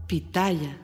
Pitaya.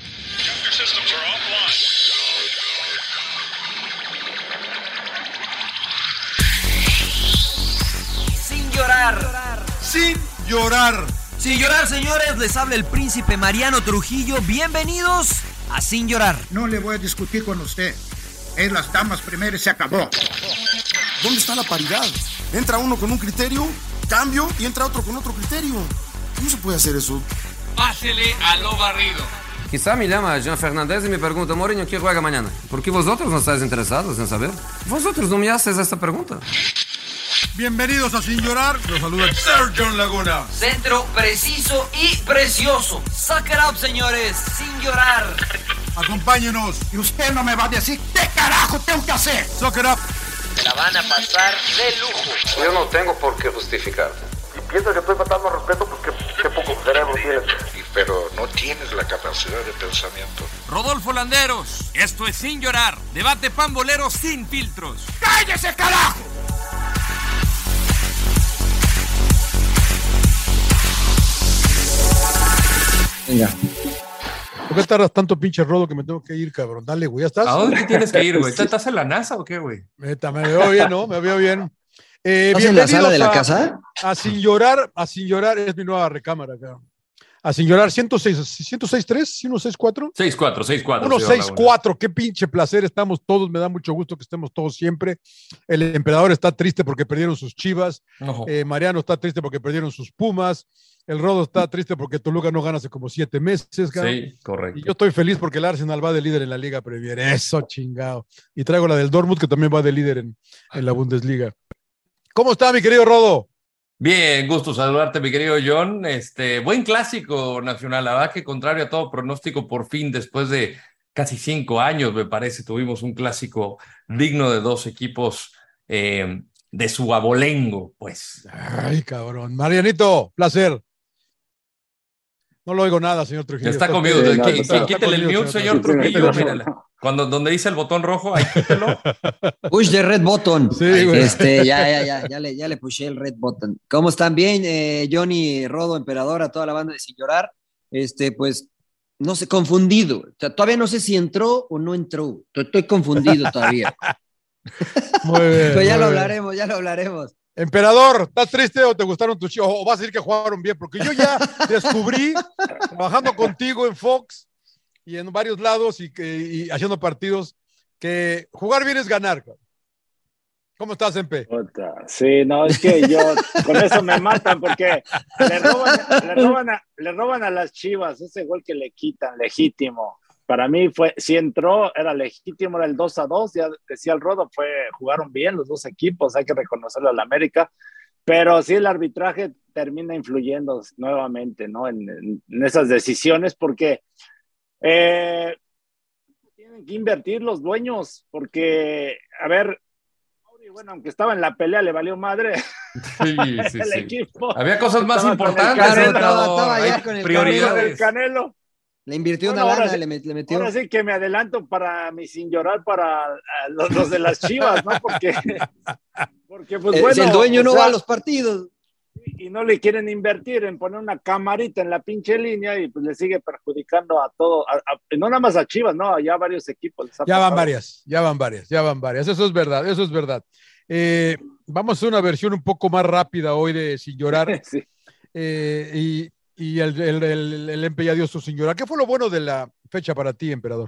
Sin llorar. Sin llorar. Sin llorar, señores, les habla el príncipe Mariano Trujillo. Bienvenidos a Sin Llorar. No le voy a discutir con usted. Es las damas primero y se acabó. ¿Dónde está la paridad? Entra uno con un criterio, cambio, y entra otro con otro criterio. ¿Cómo se puede hacer eso? Pásele a lo barrido. Quizá me llama Jean Fernández y me pregunta, Mourinho, ¿quién juega mañana? ¿Por qué vosotros no estáis interesados en saber? Vosotros no me haces esta pregunta. Bienvenidos a Sin Llorar. Los saluda Sergio Laguna. Centro preciso y precioso. Suck it up, señores. Sin llorar. Acompáñenos. Y usted no me va a decir qué carajo tengo que hacer. Suck it up. Se la van a pasar de lujo. Yo no tengo por qué justificarte. Y piensas que estoy faltando al respeto porque qué poco cerebro tienes. Pero no tienes la capacidad de pensamiento. Rodolfo Landeros. Esto es Sin Llorar. Debate pambolero sin filtros. ¡Cállese, carajo! Venga. ¿Por qué tardas tanto, pinche Rodo, que me tengo que ir, cabrón? Dale, güey, ¿ya estás? ¿A dónde tienes que ir, güey? ¿Estás en la NASA o qué, güey? Me veo bien, ¿no? Me veo bien. ¿Estás en la sala de la casa? A Sin Llorar es mi nueva recámara, cabrón. A Sin Llorar, 106.3, 106.4. 6-4. 106.4, qué pinche placer estamos todos, me da mucho gusto que estemos todos siempre. El emperador está triste porque perdieron sus Chivas, Mariano está triste porque perdieron sus Pumas, el Rodo está triste porque Toluca no gana hace como 7 meses, cabrón. Sí, correcto. Y yo estoy feliz porque el Arsenal va de líder en la Liga Premier, eso chingado. Y traigo la del Dortmund que también va de líder en la Bundesliga. ¿Cómo está, mi querido Rodo? Bien, gusto saludarte, mi querido John. Buen clásico nacional, la verdad que contrario a todo pronóstico, por fin, después de casi 5 años, me parece, tuvimos un clásico digno de dos equipos de su abolengo, pues. Ay, cabrón. Marianito, placer. No lo oigo nada, señor Trujillo. Está conmigo. Quítale el mute, señor Trujillo. Mírala. Donde dice el botón rojo, ahí quítelo. Push the red button. Sí, güey. Ya le pushé el red button. ¿Cómo están? Bien, Johnny, Rodo, Emperador, a toda la banda de Sin Llorar. Pues, no sé, confundido. O sea, todavía no sé si entró o no entró. Estoy confundido todavía. Muy bien. Pero ya lo hablaremos. Emperador, ¿estás triste o te gustaron tus Chivas? ¿O vas a decir que jugaron bien? Porque yo ya descubrí, trabajando contigo en Fox y en varios lados y haciendo partidos, que jugar bien es ganar. ¿Cómo estás, Empe? Sí, no, es que yo con eso me matan porque le roban a las Chivas ese gol que le quitan, legítimo. Para mí si entró, era legítimo, era el 2-2, ya decía el Rodo, jugaron bien los dos equipos, hay que reconocerlo al América, pero sí el arbitraje termina influyendo nuevamente, ¿no? En esas decisiones, porque tienen que invertir los dueños, porque, a ver, bueno, aunque estaba en la pelea, le valió madre. Sí. Equipo. Había cosas más importantes. Estaba ya con el prioridades. Canelo. Le invirtió una lana, le metió. Ahora sí que me adelanto para mi Sin Llorar para los de las Chivas, ¿no? Porque pues bueno. El dueño no va a los partidos. Y no le quieren invertir en poner una camarita en la pinche línea y pues le sigue perjudicando a todo, no nada más a Chivas, ¿no? Ya varios equipos. Ya van varias. Eso es verdad. Vamos a hacer una versión un poco más rápida hoy de Sin Llorar. Sí. Y el Empe ya dio su Sin Llorar. ¿Qué fue lo bueno de la fecha para ti, Emperador?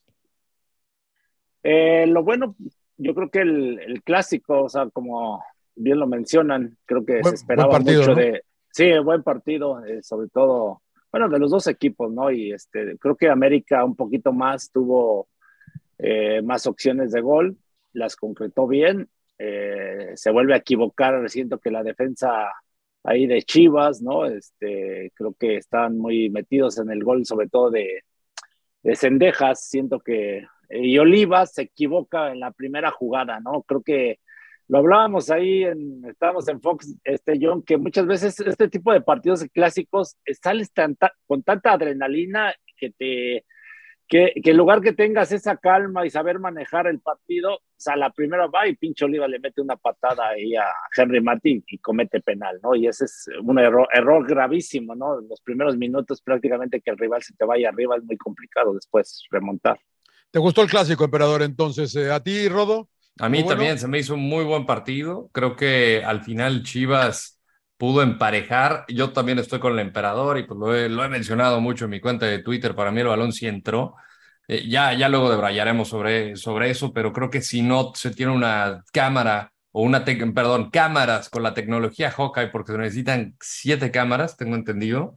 Lo bueno, yo creo que el clásico, o sea, como bien lo mencionan, creo que se esperaba partido, mucho, ¿no? Sí, buen partido, sobre todo, bueno, de los dos equipos, ¿no? Y creo que América un poquito más tuvo más opciones de gol, las concretó bien, se vuelve a equivocar, siento que la defensa ahí de Chivas, ¿no? Creo que están muy metidos en el gol, sobre todo de Cendejas, siento que y Olivas se equivoca en la primera jugada, ¿no? Creo que lo hablábamos ahí, estábamos en Fox, John, que muchas veces este tipo de partidos clásicos sales con tanta adrenalina que que en lugar que tengas esa calma y saber manejar el partido, o sea, la primera va y pinche Oliva le mete una patada ahí a Henry Martin y comete penal, ¿no? Y ese es un error gravísimo, ¿no? Los primeros minutos prácticamente que el rival se te vaya arriba es muy complicado después remontar. ¿Te gustó el clásico, emperador, entonces? ¿A ti, Rodo? A mí también se me hizo un muy buen partido. Creo que al final Chivas pudo emparejar. Yo también estoy con el emperador y pues lo he mencionado mucho en mi cuenta de Twitter. Para mí el balón sí entró. Ya luego debrayaremos sobre eso, pero creo que si no se tiene una cámara o cámaras con la tecnología Hawkeye, porque se necesitan 7 cámaras, tengo entendido,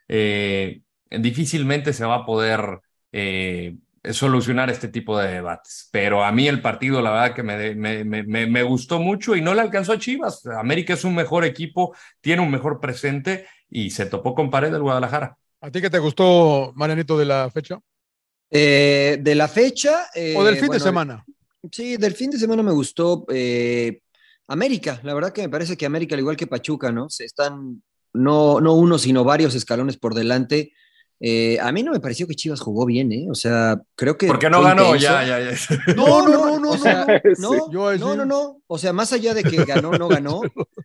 difícilmente se va a poder solucionar este tipo de debates. Pero a mí el partido, la verdad que me gustó mucho y no le alcanzó a Chivas. América es un mejor equipo, tiene un mejor presente y se topó con pared del Guadalajara. ¿A ti qué te gustó, Marianito, de la fecha? De la fecha... ¿O del fin de semana? Sí, del fin de semana me gustó América. La verdad que me parece que América, al igual que Pachuca, ¿no? Se están no uno, sino varios escalones por delante. A mí no me pareció que Chivas jugó bien, ¿eh? O sea, creo que... Porque no ganó, ya. No. O sea, no. no. O sea, más allá de que ganó, no ganó.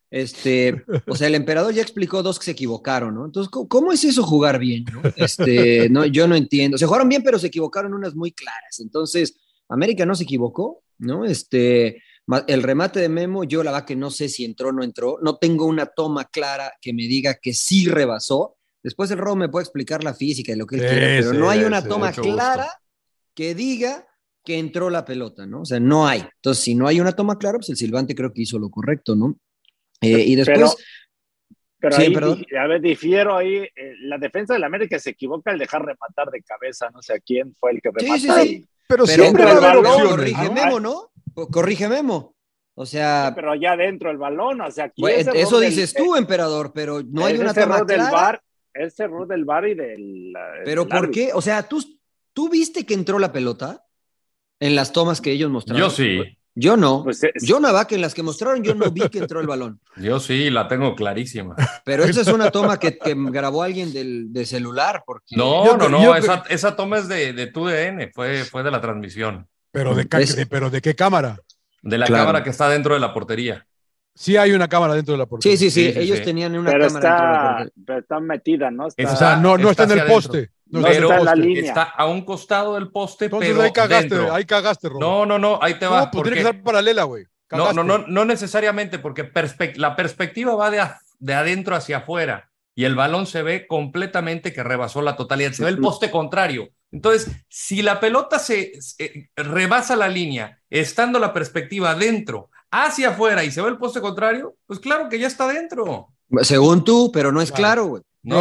O sea, el emperador ya explicó 2 que se equivocaron, ¿no? Entonces, ¿cómo es eso jugar bien, no? No, yo no entiendo. O sea, jugaron bien, pero se equivocaron unas muy claras. Entonces, América no se equivocó, ¿no? El remate de Memo, yo la verdad que no sé si entró o no entró. No tengo una toma clara que me diga que sí rebasó. Después el Robo me puede explicar la física y lo que él quiera, pero no hay una toma clara que diga que entró la pelota, ¿no? O sea, no hay. Entonces, si no hay una toma clara, pues el silbante creo que hizo lo correcto, ¿no? Y después... Pero sí, ahí, perdón. a ver, difiero ahí. La defensa del América se equivoca al dejar rematar de cabeza, no sé a quién fue el que remató. Sí. Pero siempre va a haber opciones. Corrige Memo, ¿no? Corrige Memo. O sea... Pero ya dentro del balón, o sea... Aquí eso dices tú, emperador, pero no hay una toma clara. Es error del VAR y del... ¿Pero por qué? O sea, ¿tú viste que entró la pelota en las tomas que ellos mostraron? Yo sí. Yo no. Yo nada que en las que mostraron yo no vi que entró el balón. Yo sí, la tengo clarísima. Pero esa es una toma que grabó alguien de celular. Porque... No, esa toma es de TUDN, fue de la transmisión. ¿Pero de qué cámara? De la cámara que está dentro de la portería. Sí hay una cámara dentro de la portería. Sí, ellos tenían una cámara dentro de la portería. Pero está metida, ¿no? O sea, no está en el poste. No está en la línea. Está a un costado del poste, entonces, pero ahí cagaste, Robo. No, ahí te va. Pues tiene que ser paralela, güey. No necesariamente, porque la perspectiva va de adentro hacia afuera y el balón se ve completamente que rebasó la totalidad. Se ve el poste contrario. Entonces, si la pelota se rebasa la línea, estando la perspectiva adentro hacia afuera y se ve el poste contrario, pues claro que ya está dentro. Según tú, pero no es claro, güey. No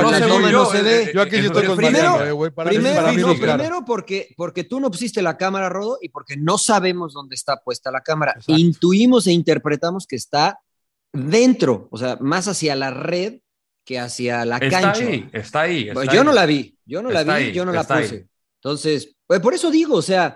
se ve. Yo aquí sí estoy con Mariano, güey. Primero porque tú no pusiste la cámara, Rodo, y porque no sabemos dónde está puesta la cámara. Exacto. Intuimos e interpretamos que está dentro, o sea, más hacia la red que hacia la cancha. Está ahí. Yo no la vi, yo no la puse. Entonces, pues por eso digo, o sea,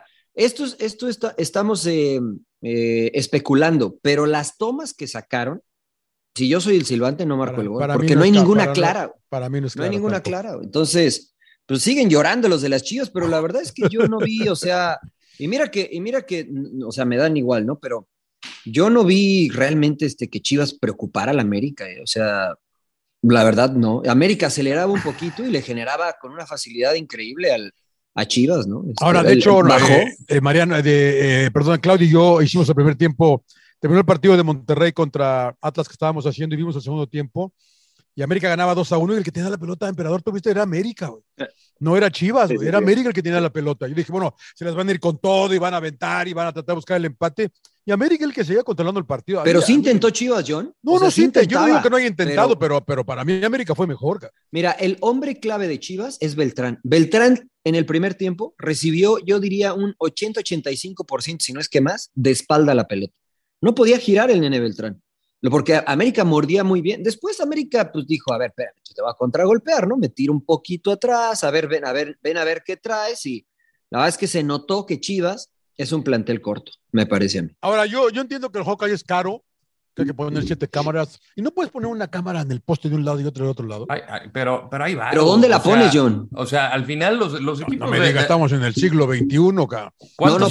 estamos especulando, pero las tomas que sacaron, si yo soy el silbante, no marco el gol, porque no hay ninguna clara. Para mí no es clara. No hay ninguna clara. Entonces, pues siguen llorando los de las Chivas, pero la verdad es que yo no vi, o sea, y mira que, o sea, me dan igual, ¿no? Pero yo no vi realmente que Chivas preocupara a la América, o sea, la verdad no. América aceleraba un poquito y le generaba con una facilidad increíble a Chivas, ¿no? Ahora, de hecho, Mariano, Claudio y yo hicimos el primer tiempo. Terminó el partido de Monterrey contra Atlas que estábamos haciendo y vimos el segundo tiempo y América ganaba 2-1 y el que tenía la pelota, emperador, tú viste, era América, güey. No era Chivas, güey, era América el que tenía la pelota. Yo dije, bueno, se las van a ir con todo y van a aventar y van a tratar de buscar el empate y América el que seguía controlando el partido. Pero sí intentó Chivas, John. No, sí intentó. Yo no digo que no haya intentado, pero para mí América fue mejor. Cara. Mira, el hombre clave de Chivas es Beltrán. Beltrán en el primer tiempo recibió, yo diría, un 80-85%, si no es que más, de espalda a la pelota. No podía girar el nene Beltrán, porque América mordía muy bien. Después América pues dijo, a ver, espérame, te va a contragolpear, ¿no? Me tiro un poquito atrás, ven a ver qué traes, y la verdad es que se notó que Chivas es un plantel corto, me parece a mí. Ahora, yo entiendo que el Hawkeye es caro, que hay que poner 7 cámaras, y no puedes poner una cámara en el poste de un lado y otra del otro lado. Pero ahí va. ¿Pero dónde la pones, John? O sea, al final los equipos... No me digas, estamos en el siglo XXI, cabrón. ¿Cuánto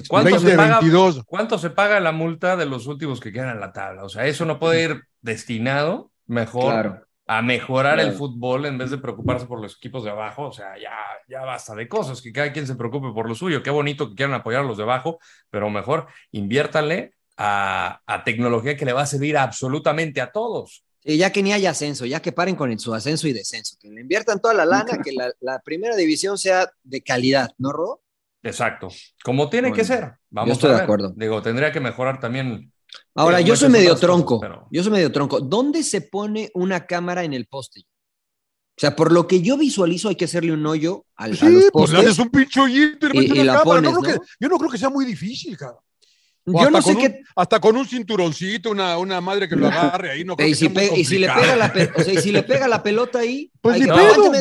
¿Cuánto ¿Cuánto se paga la multa de los últimos que quedan en la tabla? O sea, eso no puede ir destinado mejor a mejorar el fútbol en vez de preocuparse por los equipos de abajo. O sea, ya basta de cosas, que cada quien se preocupe por lo suyo. Qué bonito que quieran apoyar a los de abajo, pero mejor inviértanle a tecnología que le va a servir absolutamente a todos. Y ya que ni haya ascenso, ya que paren con su ascenso y descenso, que le inviertan toda la lana, que la primera división sea de calidad, ¿no, Ro? Exacto, como tiene que ser. Vamos yo estoy a ver. De acuerdo. Digo, tendría que mejorar también. Ahora, yo soy medio tronco. Yo soy medio tronco. ¿Dónde se pone una cámara en el poste? O sea, por lo que yo visualizo, hay que hacerle un hoyo a los postes. Pues le haces un pinche hoyito y le metes una cámara. Pones, yo no creo que sea muy difícil, cara. Yo no sé qué. Hasta con un cinturoncito, una madre que lo agarre ahí, no creo que sea muy complicado. Y si le pega la pelota ahí, pues ni pedo,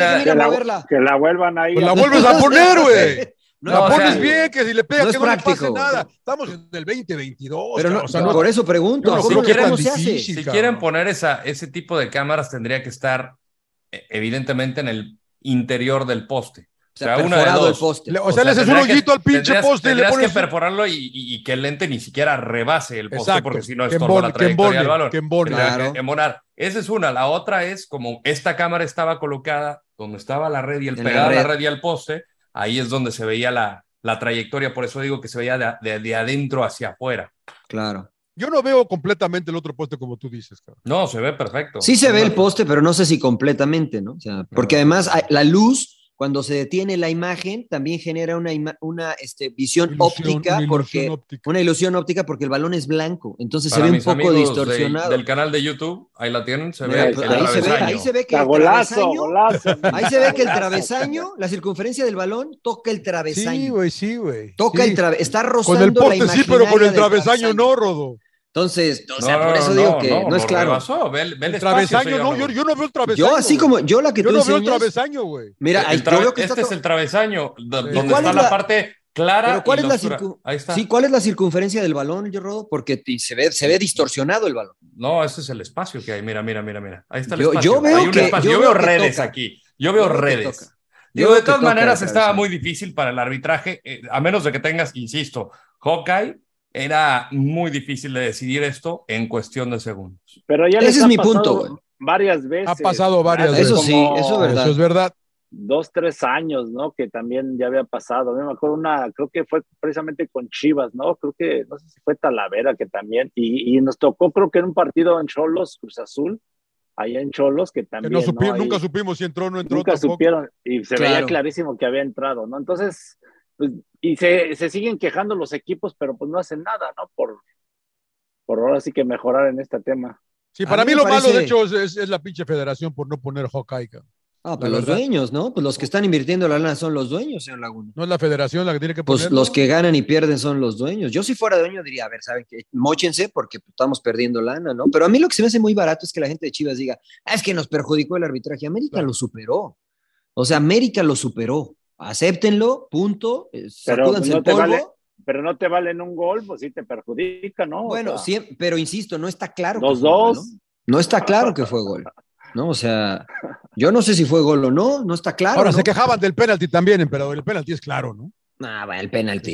que la vuelvan ahí. Pues la vuelves a poner, güey. La pones bien, que si le pega, no que no le pase nada. Estamos en el 2022. Pero por eso pregunto. Si quieren poner ese tipo de cámaras, tendría que estar evidentemente en el interior del poste. O sea, una de dos. El poste. O sea, le haces un hoyito al pinche poste y le pones... que perforarlo y que el lente ni siquiera rebase el poste. Exacto. Porque si no estorba la trayectoria del balón. Que embonar. Esa es una. La otra es, como esta cámara estaba colocada donde estaba la red y pegada la red y al poste, ahí es donde se veía la trayectoria. Por eso digo que se veía de adentro hacia afuera. Claro. Yo no veo completamente el otro poste como tú dices, cabrón. No, se ve perfecto. Sí se ve el poste, pero no sé si completamente, ¿no? O sea, porque además la luz, cuando se detiene la imagen, también genera una visión óptica, una ilusión óptica porque el balón es blanco, entonces se ve un poco distorsionado. Del canal de YouTube, ahí la tienen, se ve ahí se ve que el travesaño, la circunferencia del balón toca el travesaño. Sí, güey. Toca el travesaño, está rozando con el poste, la imaginaria. Sí, pero con el travesaño no, Rodo. Entonces, o sea, por eso digo que no es claro. Ve el travesaño, no, yo no veo el travesaño. Yo así como, yo la que tú enseñas. Yo no veo el travesaño, güey. Mira, este es el travesaño, donde está la parte clara. ¿Pero cuál y es ahí está. Sí, ¿cuál es la circunferencia del balón, yo Rodo? Porque se ve distorsionado el balón. No, ese es el espacio que hay. Mira. Ahí está el espacio. Yo veo redes aquí. Yo veo redes. Yo de todas maneras estaba muy difícil para el arbitraje, a menos de que tengas, insisto, Hawkeye. Era muy difícil de decidir esto en cuestión de segundos. Pero ya ese es mi punto. Varias veces. Ha pasado varias veces. Eso sí, eso es verdad. 2-3 años, ¿no? Que también ya había pasado. A mí me acuerdo creo que fue precisamente con Chivas, ¿no? Creo que, no sé si fue Talavera que también. Y nos tocó, creo que en un partido en Xolos, Cruz Azul, allá en Cholos, que también. Que nunca supimos si entró o no entró. Nunca tampoco supieron. Y se veía clarísimo que había entrado, ¿no? Entonces. Pues, y se siguen quejando los equipos, pero pues no hacen nada, ¿no? Por ahora sí que mejorar en este tema. Sí, para mí lo malo, de hecho, es la pinche federación por no poner Hawkeye. Pero los dueños, ¿no? Pues los que están invirtiendo la lana son los dueños, señor Laguna. No es la federación la que tiene que poner. Pues los que ganan y pierden son los dueños. Yo si fuera dueño diría, a ver, ¿saben qué? Móchense porque estamos perdiendo lana, ¿no? Pero a mí lo que se me hace muy barato es que la gente de Chivas diga, es que nos perjudicó el arbitraje. América lo superó. O sea, América lo superó. Acéptenlo, punto, sacúdanse el polvo. Pero no te valen un gol, pues sí te perjudica, ¿no? Bueno, sí, pero insisto, no está claro. 2-2. No está claro que fue gol, ¿no? O sea, yo no sé si fue gol o no está claro. Ahora, ¿no? se quejaban del penalti también, pero el penalti es claro, ¿no? El penalti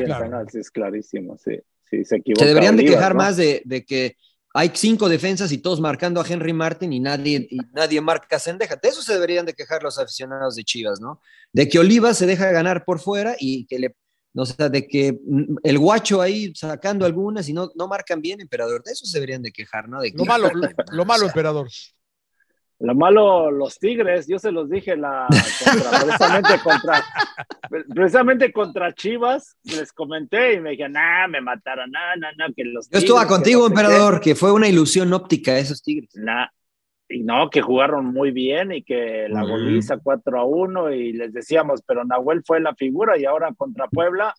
es clarísimo, sí. Sí, se equivoca. Se deberían de quejar, ¿no? más de que hay 5 defensas y todos marcando a Henry Martin y nadie marca a Cendeja. De eso se deberían de quejar los aficionados de Chivas, ¿no? De que Olivas se deja ganar por fuera y que de que el guacho ahí sacando algunas y no marcan bien, emperador. De eso se deberían de quejar, ¿no? Lo malo, emperador. Lo malo, los Tigres, yo se los dije precisamente contra Chivas, les comenté y me dijeron, me mataron, que los Tigres. Yo estuve contigo, emperador, que fue una ilusión óptica esos Tigres. Y no, que jugaron muy bien y que la goliza 4-1 y les decíamos, pero Nahuel fue la figura y ahora contra Puebla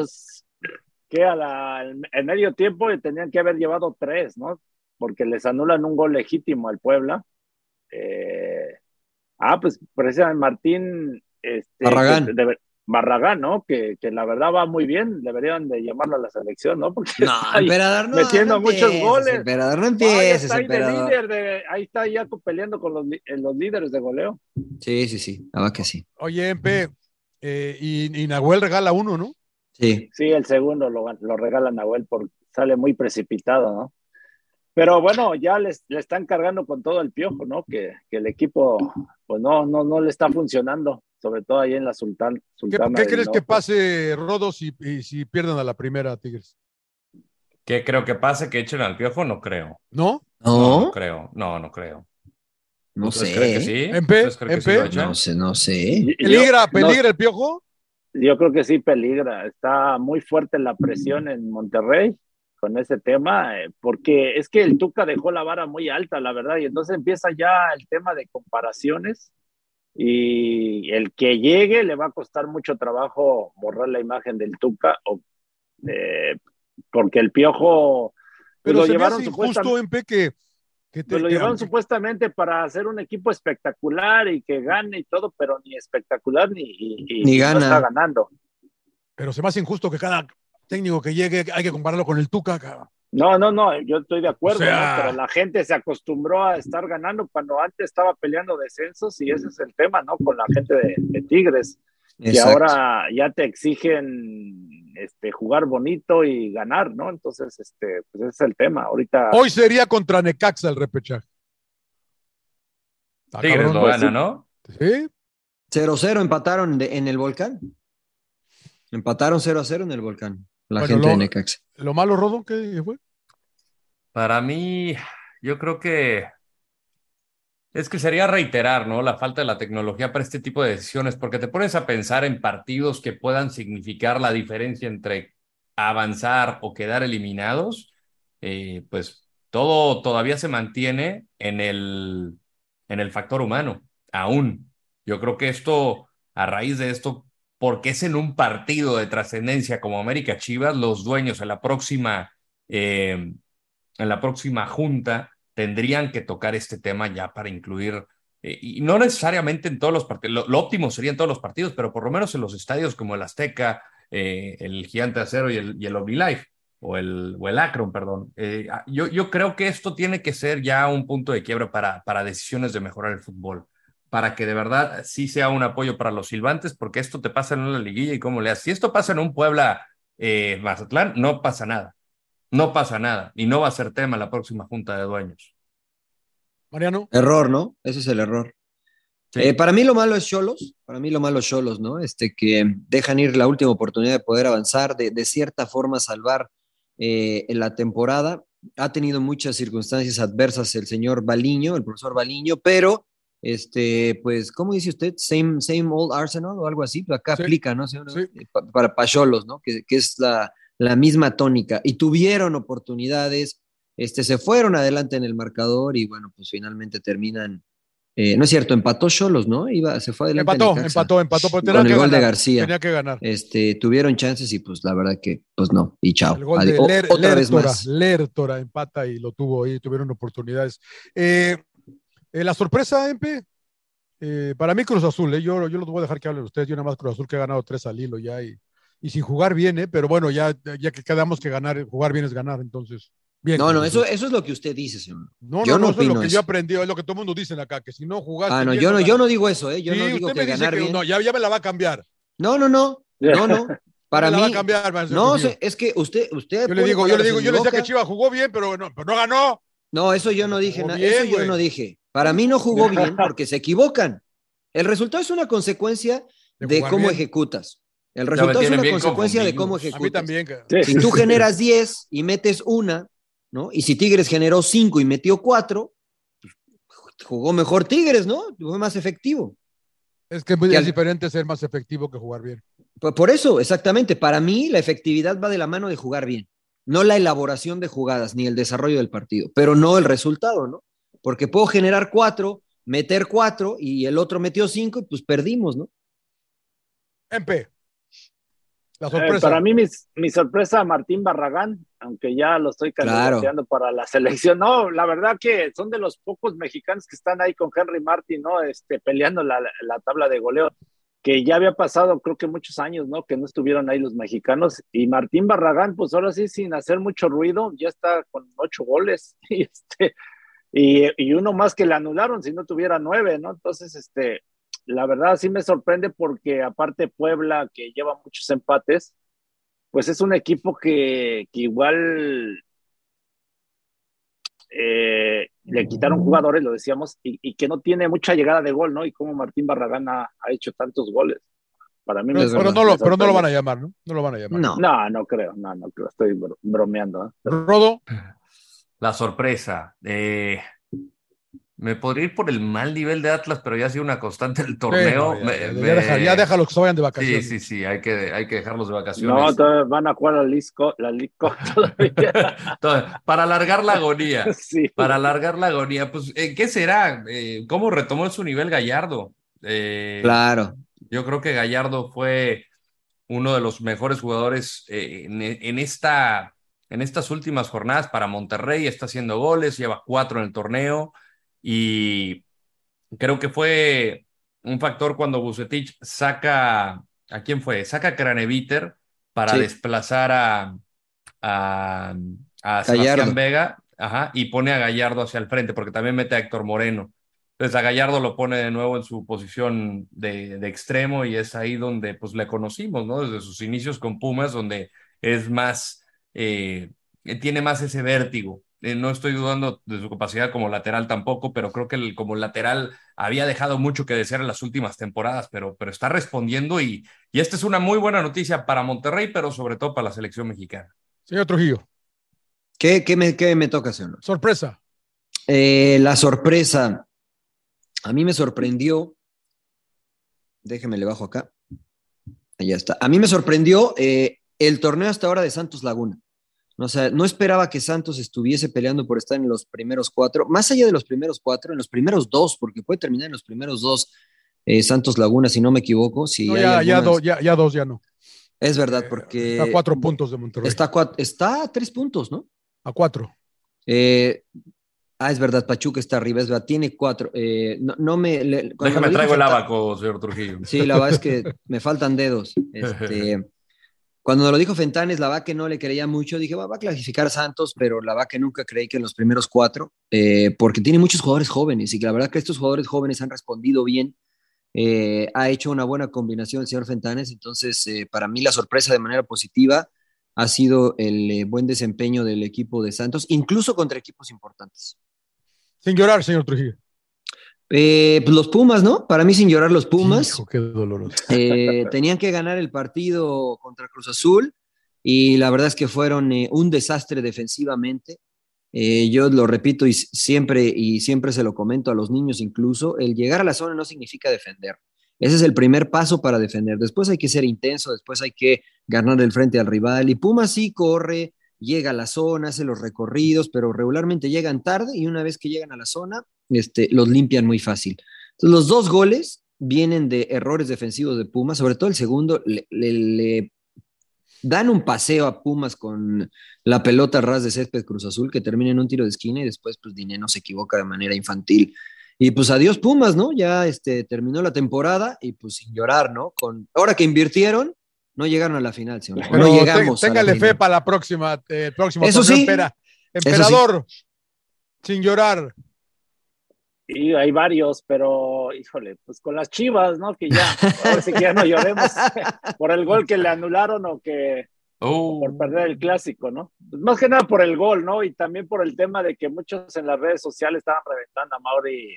en medio tiempo tenían que haber llevado 3, ¿no? Porque les anulan un gol legítimo al Puebla. Pues precisamente Martín Barragán. Barragán, ¿no? Que la verdad va muy bien, deberían de llamarlo a la selección, ¿no? Porque No, está ahí emperador, no, metiendo no muchos empieces, goles. emperador, no Ya empieces, está ahí de emperador. líder, ahí está ya peleando con los líderes de goleo. Sí, nada más que sí. Oye, MP, y Nahuel regala uno, ¿no? Sí. Sí, el segundo lo regala Nahuel porque sale muy precipitado, ¿no? Pero bueno, ya le están cargando con todo el Piojo, ¿no? Que el equipo, pues no le está funcionando, sobre todo ahí en la Sultana. ¿Qué crees que pase, Rodos, y si pierden a la primera, Tigres? ¿Qué creo que pase? ¿Que echen al Piojo? No creo. ¿No? No creo. No creo. No ¿Ustedes sé. creen que sí? ¿MP? ¿Ustedes creen que sí lo echan? No sé. ¿Peligra el Piojo? Yo creo que sí peligra. Está muy fuerte la presión en Monterrey con ese tema, porque es que el Tuca dejó la vara muy alta, la verdad, y entonces empieza ya el tema de comparaciones y el que llegue le va a costar mucho trabajo borrar la imagen del Tuca, porque el Piojo Pero lo se me llevaron hace injusto, MP, que lo llevaron supuestamente para hacer un equipo espectacular y que gane y todo, pero ni espectacular ni gana. No está ganando. Pero se me hace injusto que cada técnico que llegue hay que compararlo con el Tuca, cabrón. No, yo estoy de acuerdo, O sea, ¿no? Pero la gente se acostumbró a estar ganando cuando antes estaba peleando descensos y ese es el tema, ¿no? Con la gente de Tigres, que ahora ya te exigen jugar bonito y ganar, ¿no? Entonces, pues ese es el tema. Ahorita. Hoy sería contra Necaxa el repechaje. Tigres lo gana, ¿no? Sí. 0-0 empataron en el Volcán. Empataron 0-0 en el Volcán. La gente de Necaxa. ¿Lo malo, Rodo, qué fue? Para mí, yo creo que es que sería reiterar, ¿no? La falta de la tecnología para este tipo de decisiones, porque te pones a pensar en partidos que puedan significar la diferencia entre avanzar o quedar eliminados, pues todo todavía se mantiene en el factor humano, aún. Yo creo que a raíz de esto, porque es en un partido de trascendencia como América Chivas, los dueños en la próxima junta tendrían que tocar este tema ya para incluir, y no necesariamente en todos los partidos, lo óptimo sería en todos los partidos, pero por lo menos en los estadios como el Azteca, el Gigante Acero y el OmniLife, o el Akron, perdón. Yo creo que esto tiene que ser ya un punto de quiebra para decisiones de mejorar el fútbol, para que de verdad sí sea un apoyo para los silbantes, porque esto te pasa en una liguilla y cómo le haces. Si esto pasa en un Puebla Mazatlán, no pasa nada. No pasa nada y no va a ser tema la próxima junta de dueños. Mariano. Error, ¿no? Ese es el error. Sí. Para mí lo malo es Xolos, ¿no? Que dejan ir la última oportunidad de poder avanzar, de cierta forma salvar en la temporada. Ha tenido muchas circunstancias adversas el señor Baliño, el profesor Baliño, pero pues, ¿cómo dice usted? Same old Arsenal o algo así, acá sí. Aplica, ¿no? Sí. Para Xolos, ¿no? Que es la misma tónica, y tuvieron oportunidades, se fueron adelante en el marcador y bueno, pues finalmente terminan, no es cierto, empató Xolos, ¿no? Se fue adelante. Empató, con el gol de García. Tenía que ganar. Tuvieron chances y pues la verdad que pues no, y chao. El gol de otra vez más. Lertora empata y lo tuvo ahí, tuvieron oportunidades. La sorpresa, MP, para mí Cruz Azul, yo los voy a dejar que hablen ustedes, yo nada más Cruz Azul que ha ganado 3 al hilo ya y sin jugar bien, pero bueno, ya que quedamos que jugar bien es ganar, entonces. Bien, no, eso es lo que usted dice, señor. No, eso es lo que yo aprendí, es lo que todo el mundo dice acá, que si no jugaste. Ah, no, bien, yo no digo eso, yo no digo usted que me dice ganar que bien. no, ya me la va a cambiar. No. Para mí. La va a cambiar, no, es que usted. Yo le decía que Chivas jugó bien, pero no ganó. No, eso yo no dije nada. Eso yo no dije. Para mí no jugó bien porque se equivocan. El resultado es una consecuencia de cómo ejecutas. El resultado es una consecuencia de cómo ejecutas. A mí también. Si tú generas 10 y metes una, ¿no? Y si Tigres generó 5 y metió 4, jugó mejor Tigres, ¿no? Fue más efectivo. Es que es diferente ser más efectivo que jugar bien. Por eso, exactamente. Para mí, la efectividad va de la mano de jugar bien. No la elaboración de jugadas, ni el desarrollo del partido, pero no el resultado, ¿no? Porque puedo generar 4, meter 4 y el otro metió 5 y pues perdimos, ¿no? MP. La sorpresa. Para mí, mi sorpresa, Martín Barragán, aunque ya lo estoy candidateando para la selección. No, la verdad que son de los pocos mexicanos que están ahí con Henry Martin, ¿no? Peleando la tabla de goleo. que ya había pasado, creo que muchos años, ¿no? Que no estuvieron ahí los mexicanos. Y Martín Barragán, pues ahora sí, sin hacer mucho ruido, ya está con 8 goles. Y uno más que le anularon, si no tuviera 9, ¿no? Entonces, la verdad sí me sorprende porque aparte Puebla, que lleva muchos empates, pues es un equipo que igual le quitaron jugadores, lo decíamos, y que no tiene mucha llegada de gol, ¿no? Y como Martín Barragán ha hecho tantos goles. Para mí pero no lo van a llamar, ¿no? No lo van a llamar. No creo, estoy bromeando. Rodo. La sorpresa. Me podría ir por el mal nivel de Atlas, pero ya ha sido una constante del torneo. Ya déjalo que se vayan de vacaciones. Sí, hay que dejarlos de vacaciones. No, van a jugar la Lisco todavía. Para alargar la agonía. Sí. Para alargar la agonía. Pues, ¿qué será? ¿Cómo retomó su nivel Gallardo? Claro. Yo creo que Gallardo fue uno de los mejores jugadores en estas últimas jornadas para Monterrey. Está haciendo goles, lleva 4 en el torneo. Y creo que fue un factor cuando Vucetich saca, ¿a quién fue? Saca a Craneviter para desplazar a Sebastián Vega, y pone a Gallardo hacia el frente, porque también mete a Héctor Moreno. Entonces a Gallardo lo pone de nuevo en su posición de extremo, y es ahí donde pues le conocimos, ¿no? Desde sus inicios con Pumas, donde es más, tiene más ese vértigo. No estoy dudando de su capacidad como lateral tampoco, pero creo que como lateral había dejado mucho que desear en las últimas temporadas, pero está respondiendo, y esta es una muy buena noticia para Monterrey, pero sobre todo para la selección mexicana. Señor Trujillo. ¿Qué me toca, señor? Sorpresa. La sorpresa. A mí me sorprendió. Déjeme le bajo acá. Allá está. A mí me sorprendió el torneo hasta ahora de Santos Laguna. O sea, no esperaba que Santos estuviese peleando por estar en los primeros 4, más allá de los primeros 4, en los primeros 2, porque puede terminar en los primeros 2 Santos Laguna, si no me equivoco. Si no, ya 2 ya no. Es verdad, porque... Está a 4 puntos de Monterrey. Está a 3 puntos, ¿no? A 4. Es verdad, Pachuca está arriba, es verdad, tiene 4. Déjame traigo el abaco, señor Trujillo. Sí, la verdad es que me faltan dedos. Cuando lo dijo Fentanes, la verdad que no le creía mucho, dije, va a clasificar Santos, pero la verdad que nunca creí que en los primeros 4, porque tiene muchos jugadores jóvenes, y que la verdad que estos jugadores jóvenes han respondido bien. Ha hecho una buena combinación el señor Fentanes, entonces para mí la sorpresa de manera positiva ha sido el buen desempeño del equipo de Santos, incluso contra equipos importantes. Sin llorar, señor Trujillo. Pues los Pumas, ¿no? Para mí, sin llorar, los Pumas. Hijo, qué doloroso. Tenían que ganar el partido contra Cruz Azul, y la verdad es que fueron un desastre defensivamente. Yo lo repito y siempre se lo comento a los niños incluso, el llegar a la zona no significa defender. Ese es el primer paso para defender. Después hay que ser intenso, después hay que ganar el frente al rival. Y Pumas sí corre, llega a la zona, hace los recorridos, pero regularmente llegan tarde, y una vez que llegan a la zona, los limpian muy fácil. Entonces, los 2 goles vienen de errores defensivos de Pumas, sobre todo el segundo, le dan un paseo a Pumas con la pelota a ras de césped Cruz Azul, que termina en un tiro de esquina, y después pues Dineno se equivoca de manera infantil. Y pues adiós Pumas, ¿no? Ya terminó la temporada, y pues sin llorar, ¿no? Ahora que invirtieron, no llegaron a la final, señor. Pero no llegamos. Téngale fe para la próxima, el próximo Eso torneo. sí. Emperador, sí. Sin llorar. Y hay varios, pero híjole, pues con las Chivas, ¿no? Que ya, ahora sí que ya no lloremos por el gol que le anularon o por perder el clásico, ¿no? Pues más que nada por el gol, ¿no? Y también por el tema de que muchos en las redes sociales estaban reventando a Mauri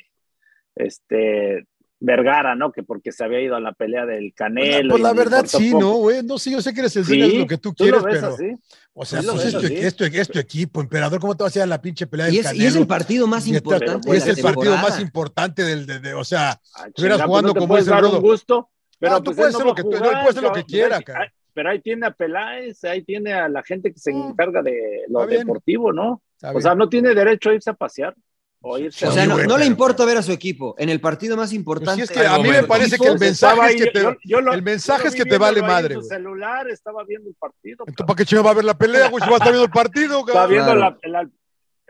Vergara, ¿no? Que porque se había ido a la pelea del Canelo. Pues la verdad sí, ¿no, güey? No, sí, yo sé que eres el dueño de lo que tú quieres, pero... Así? O sea, pues es tu equipo, emperador. ¿Cómo te vas a ir a la pinche pelea del Canelo? Y es el partido más importante. Es el partido más importante o sea, estuvieras jugando no como es el Rodo. Un gusto, pero tú puedes hacer lo que quiera, cara. Pero ahí tiene a Peláez, ahí tiene a la gente que se encarga de lo deportivo, ¿no? O sea, no tiene derecho a irse a pasear. O sea, no le importa ver a su equipo en el partido más importante. Pues es que a mí me parece que el mensaje es que te vale madre. En su celular estaba viendo el partido. Entonces, ¿para qué chido va a ver la pelea, güey? Si va a estar viendo el partido, Estaba viendo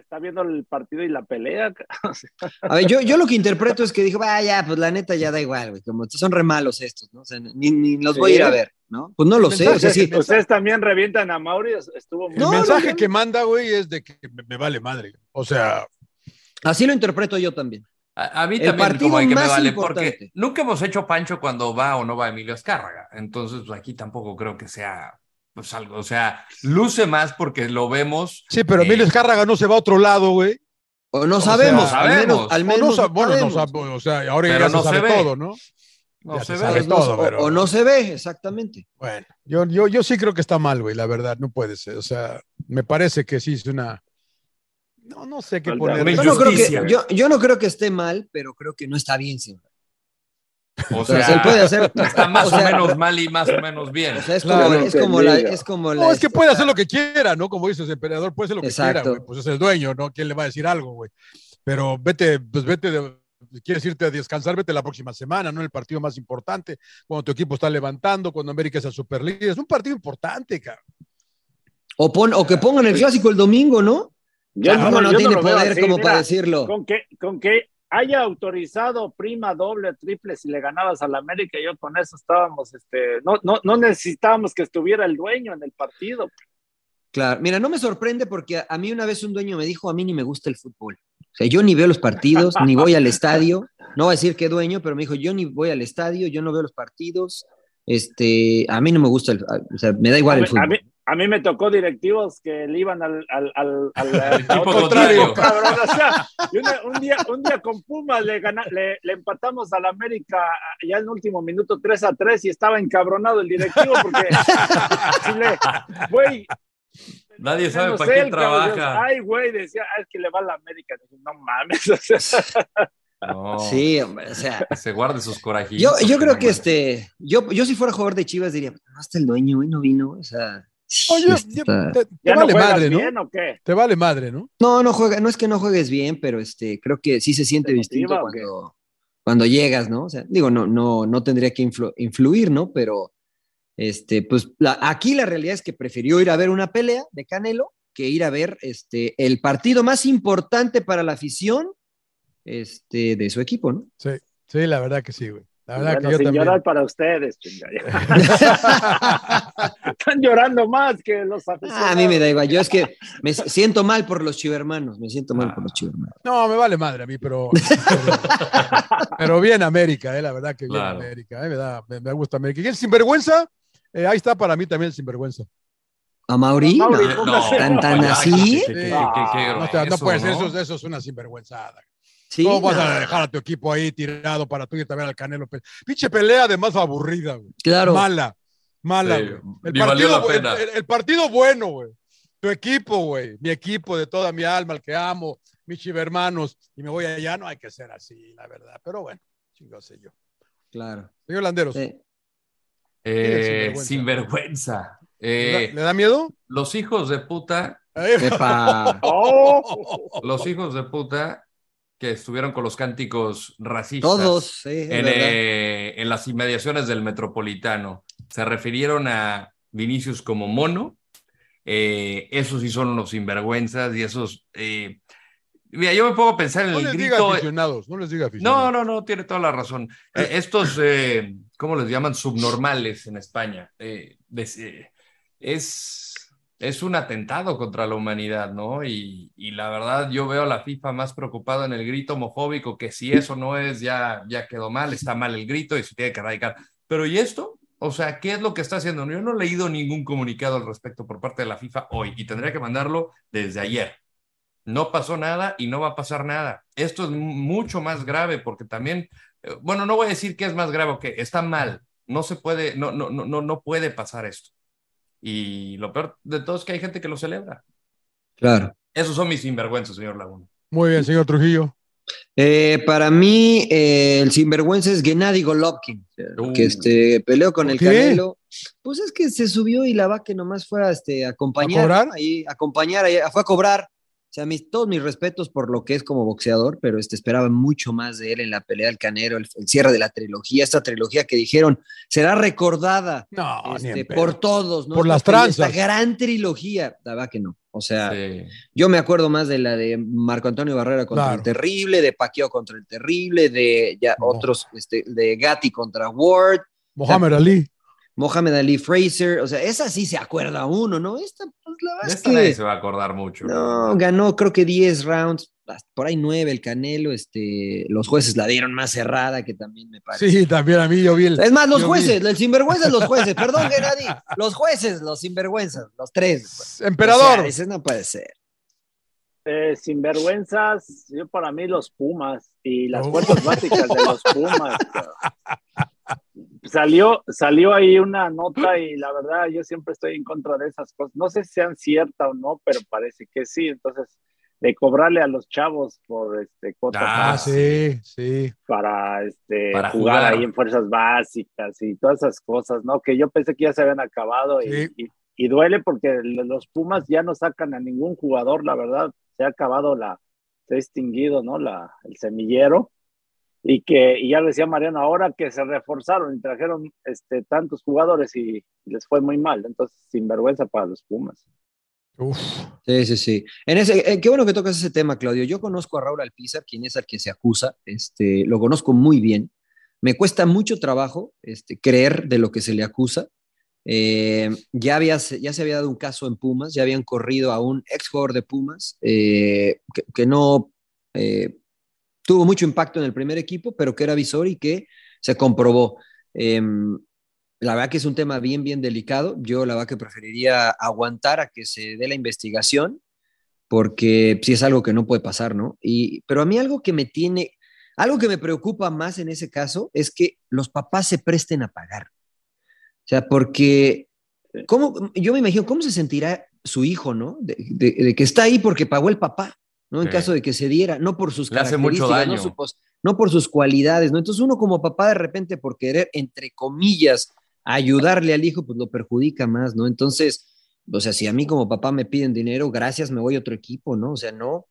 está viendo el partido y la pelea. A ver, yo lo que interpreto es que dijo, vaya, pues la neta ya da igual, güey, como son re malos estos, ¿no? O sea, ni los voy a ir a ver, ¿no? Pues no lo sé, o sea, sí. Ustedes también revientan a Mauri, estuvo muy... El mensaje que manda, güey, es de que me vale madre. O sea... Así lo interpreto yo también. A mí también como hay que me vale, porque nunca hemos hecho pancho cuando va o no va Emilio Azcárraga. Entonces, pues aquí tampoco creo que sea pues algo, o sea, luce más porque lo vemos. Sí, pero Emilio Azcárraga no se va a otro lado, güey. O no sabemos, al menos bueno, no sabemos. O sea, ahora pero ya no se sabe todo, ¿no? No se sabe ve. todo, pero... o no se ve, exactamente. Bueno, yo sí creo que está mal, güey, la verdad, no puede ser. O sea, me parece que sí es una... No sé qué poner. Yo no creo que esté mal, pero creo que no está bien siempre. O sea, él puede hacer, está más o menos mal y más o menos bien. O sea, es como la... es que puede hacer lo que quiera, ¿no? Como dices, el emperador puede hacer lo que Exacto. quiera, güey. Pues es el dueño, ¿no? ¿Quién le va a decir algo, güey? Pero quieres irte a descansar, vete la próxima semana, ¿no? El partido más importante, cuando tu equipo está levantando, cuando América es el superlíder. Es un partido importante, cabrón. O que pongan el clásico el domingo, ¿no? No tiene poder así, como para decirlo. Con que haya autorizado prima, doble, triple, si le ganabas al América, yo con eso estábamos, no necesitábamos que estuviera el dueño en el partido. Claro, mira, no me sorprende porque a mí una vez un dueño me dijo, a mí ni me gusta el fútbol. O sea, yo ni veo los partidos, ni voy al estadio. No voy a decir qué dueño, pero me dijo, yo ni voy al estadio, yo no veo los partidos. A mí no me gusta, o sea, me da igual el fútbol. A mí me tocó directivos que le iban al equipo contrario. Cabrón, o sea, un día con Pumas le empatamos al América ya en el último minuto 3-3 y estaba encabronado el directivo porque güey, nadie sabe para quién trabaja. Ay, güey, decía, es que le va a la América. Dije, no mames, o sea. No, sí, hombre, o sea. Se guarde sus corajitos. Yo creo que yo si fuera jugador de Chivas diría, no está el dueño, güey, no vino, o sea. Oye, te vale madre, ¿no? Bien, ¿o qué? Te vale madre, ¿no? No juega, no es que no juegues bien, pero creo que sí se siente distinto cuando llegas, ¿no? O sea, digo, no tendría que influir, ¿no? Pero pues aquí la realidad es que prefirió ir a ver una pelea de Canelo que ir a ver el partido más importante para la afición de su equipo, ¿no? Sí, la verdad que sí, güey. La verdad bueno, que yo sin también. Llorar para ustedes, chingada. Están llorando más que los aficionados. A mí me da igual. Yo es que me siento mal por los chivermanos. No, me vale madre a mí, pero bien América, la verdad que bien América. Me gusta América. ¿Y el sinvergüenza? Ahí está para mí también el sinvergüenza. ¿A Mauri? No, tan así. No puede ser, eso es una sinvergüenzada. Sí, ¿cómo vas a dejar a tu equipo ahí tirado para tú irte a ver al Canelo? Pinche pelea además aburrida, güey. Claro. Mala, güey. El partido bueno, güey. Tu equipo, güey. Mi equipo de toda mi alma, el que amo, mis chivermanos, y me voy allá, no hay que ser así, la verdad. Pero bueno, chingo sé yo. Claro. Señor Landeros. Sinvergüenza. ¿Le da miedo? Los hijos de puta. Los hijos de puta que estuvieron con los cánticos racistas. Todos, en las inmediaciones del Metropolitano. Se refirieron a Vinicius como mono. Esos sí son los sinvergüenzas y esos... mira, yo me pongo a pensar en el grito... No les diga aficionados. No, tiene toda la razón. Estos, ¿cómo les llaman? Subnormales en España. Es un atentado contra la humanidad, ¿no? Y la verdad yo veo a la FIFA más preocupada en el grito homofóbico, que si eso no es, ya quedó mal, está mal el grito y se tiene que erradicar. Pero ¿y esto? O sea, ¿qué es lo que está haciendo? Yo no he leído ningún comunicado al respecto por parte de la FIFA hoy y tendría que mandarlo desde ayer. No pasó nada y no va a pasar nada. Esto es mucho más grave porque también, bueno, no voy a decir que es más grave o que está mal. No se puede, no puede pasar esto. Y lo peor de todo es que hay gente que lo celebra. Claro. Esos son mis sinvergüenzas, señor Laguna. Muy bien, señor Trujillo. Para mí, el sinvergüenza es Gennady Golovkin, que peleó con el Canelo. Pues es que se subió y la vaca nomás fue a acompañar. ¿A cobrar? Fue a cobrar. sea, todos mis respetos por lo que es como boxeador, pero esperaba mucho más de él en la pelea del Canelo, el cierre de la trilogía, esta trilogía que dijeron será recordada por todos, ¿no? Por las tranzas. Esta gran trilogía, la verdad que no. O sea, yo me acuerdo más de la de Marco Antonio Barrera contra el Terrible, de Pacquiao contra el Terrible, de otros, de Gatti contra Ward. Mohamed Ali Fraser, o sea, esa sí se acuerda uno, ¿no? Esta, pues la verdad es que nadie se va a acordar mucho. No, ganó creo que 10 rounds, por ahí 9 el Canelo, los jueces la dieron más cerrada, que también me parece. Sí, también a mí yo vi Es más, los jueces, el sinvergüenza los jueces, perdón, Gennady, los jueces, los sinvergüenzas, los tres. Emperador. O sea, ese no puede ser. Sinvergüenzas, yo para mí los Pumas y las fuerzas básicas de los Pumas. Salió ahí una nota y la verdad yo siempre estoy en contra de esas cosas. No sé si sean ciertas o no, pero parece que sí. Entonces, de cobrarle a los chavos por para jugar ahí en fuerzas básicas y todas esas cosas, ¿no? Que yo pensé que ya se habían acabado y duele porque los Pumas ya no sacan a ningún jugador, la verdad. Se ha acabado se ha extinguido, ¿no? El semillero. Y ya lo decía Mariano, ahora que se reforzaron y trajeron tantos jugadores y les fue muy mal. Entonces, sinvergüenza para los Pumas. Uf. Sí. Qué bueno que tocas ese tema, Claudio. Yo conozco a Raúl Alpizar, quien es al que se acusa. Lo conozco muy bien. Me cuesta mucho trabajo creer de lo que se le acusa. Ya se había dado un caso en Pumas, ya habían corrido a un ex jugador de Pumas que no tuvo mucho impacto en el primer equipo, pero que era visor y que se comprobó. La verdad que es un tema bien, bien delicado. Yo la verdad que preferiría aguantar a que se dé la investigación, porque sí es algo que no puede pasar, ¿no? Pero a mí algo que me preocupa más en ese caso es que los papás se presten a pagar. O sea, porque yo me imagino cómo se sentirá su hijo, ¿no? De que está ahí porque pagó el papá, ¿no? En caso de que se diera, no por sus características, hace mucho daño. No por sus cualidades, ¿no? Entonces uno como papá de repente por querer, entre comillas, ayudarle al hijo, pues lo perjudica más, ¿no? Entonces, o sea, si a mí como papá me piden dinero, gracias, me voy a otro equipo, ¿no? O sea, no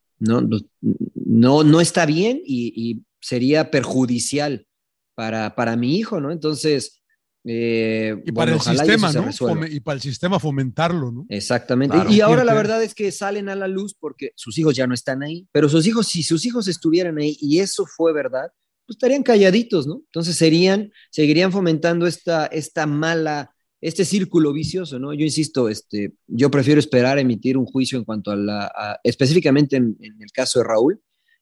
está bien y sería perjudicial para mi hijo, ¿no? Entonces, y para el sistema, ¿no? Y para el sistema fomentarlo, ¿no? Exactamente. Claro. Y ahora la verdad es que salen a la luz porque sus hijos ya no están ahí, pero si sus hijos estuvieran ahí y eso fue verdad, pues estarían calladitos, ¿no? Entonces seguirían fomentando este círculo vicioso, ¿no? Yo insisto, yo prefiero esperar a emitir un juicio en cuanto específicamente en el caso de Raúl,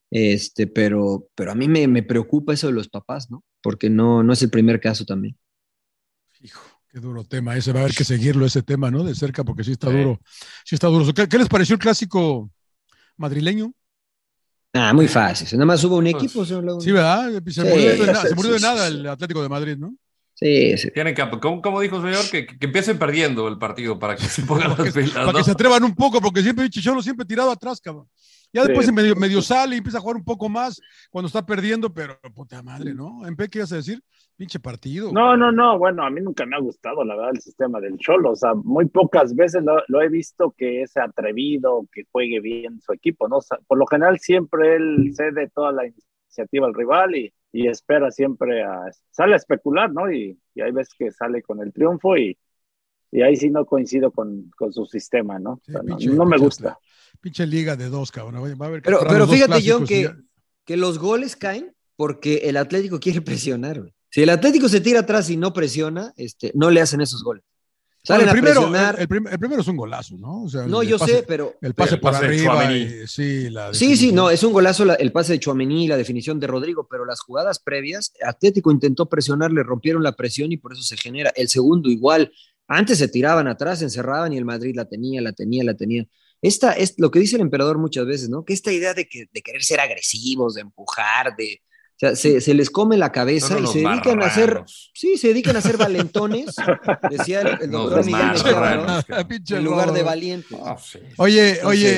pero a mí me preocupa eso de los papás, ¿no? Porque no es el primer caso también. Hijo, qué duro tema ese, va a haber que seguirlo ese tema, ¿no? De cerca, porque sí está duro. Sí está duro. ¿Qué les pareció el clásico madrileño? Muy fácil. Nada más hubo un equipo. Sí, ¿verdad? Se murió de nada el Atlético de Madrid, ¿no? Sí. Tienen que, como dijo el señor, que empiecen perdiendo el partido para que se pongan las pilas, para que se atrevan un poco, porque siempre Chicholo siempre tirado atrás, cabrón. Ya después medio sale y empieza a jugar un poco más cuando está perdiendo, pero puta madre, ¿no? ¿En qué ibas a decir? Pinche partido. No, bueno, a mí nunca me ha gustado, la verdad, el sistema del Cholo. O sea, muy pocas veces lo he visto que es atrevido, que juegue bien su equipo, ¿no? O sea, por lo general siempre él cede toda la iniciativa al rival y espera siempre sale a especular, ¿no? Y hay veces que sale con el triunfo y ahí sí no coincido con su sistema, ¿no? Sí, o sea, no me gusta. Pinche liga de dos, cabrón. Va a haber que pero fíjate, John, que los goles caen porque el Atlético quiere presionar, güey. Si el Atlético se tira atrás y no presiona, no le hacen esos goles. Salen a presionar. El primero es un golazo, ¿no? O sea, no, yo sé, pero... El pase por arriba. Sí, no, es un golazo el pase de Tchouaméni, la definición de Rodrigo, pero las jugadas previas, Atlético intentó presionar, le rompieron la presión y por eso se genera. El segundo igual. Antes se tiraban atrás, se encerraban y el Madrid la tenía. Esta es lo que dice el emperador muchas veces, ¿no? Que esta idea de querer ser agresivos, de empujar, o sea, se les come la cabeza y se dedican a hacer valentones, decía el doctor Miguel Mejía, ¿no? En lugar de valientes. Oye,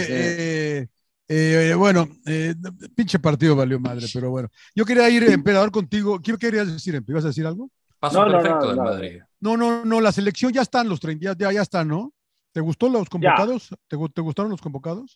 bueno, pinche partido valió madre, pero bueno. Yo quería ir, emperador, contigo. ¿Qué querías decir, Empe? ¿Ibas a decir algo? Paso perfecto del Madrid. No, la selección ya están los 30, ya están, ¿no? ¿Te gustó los convocados? ¿Te gustaron los convocados?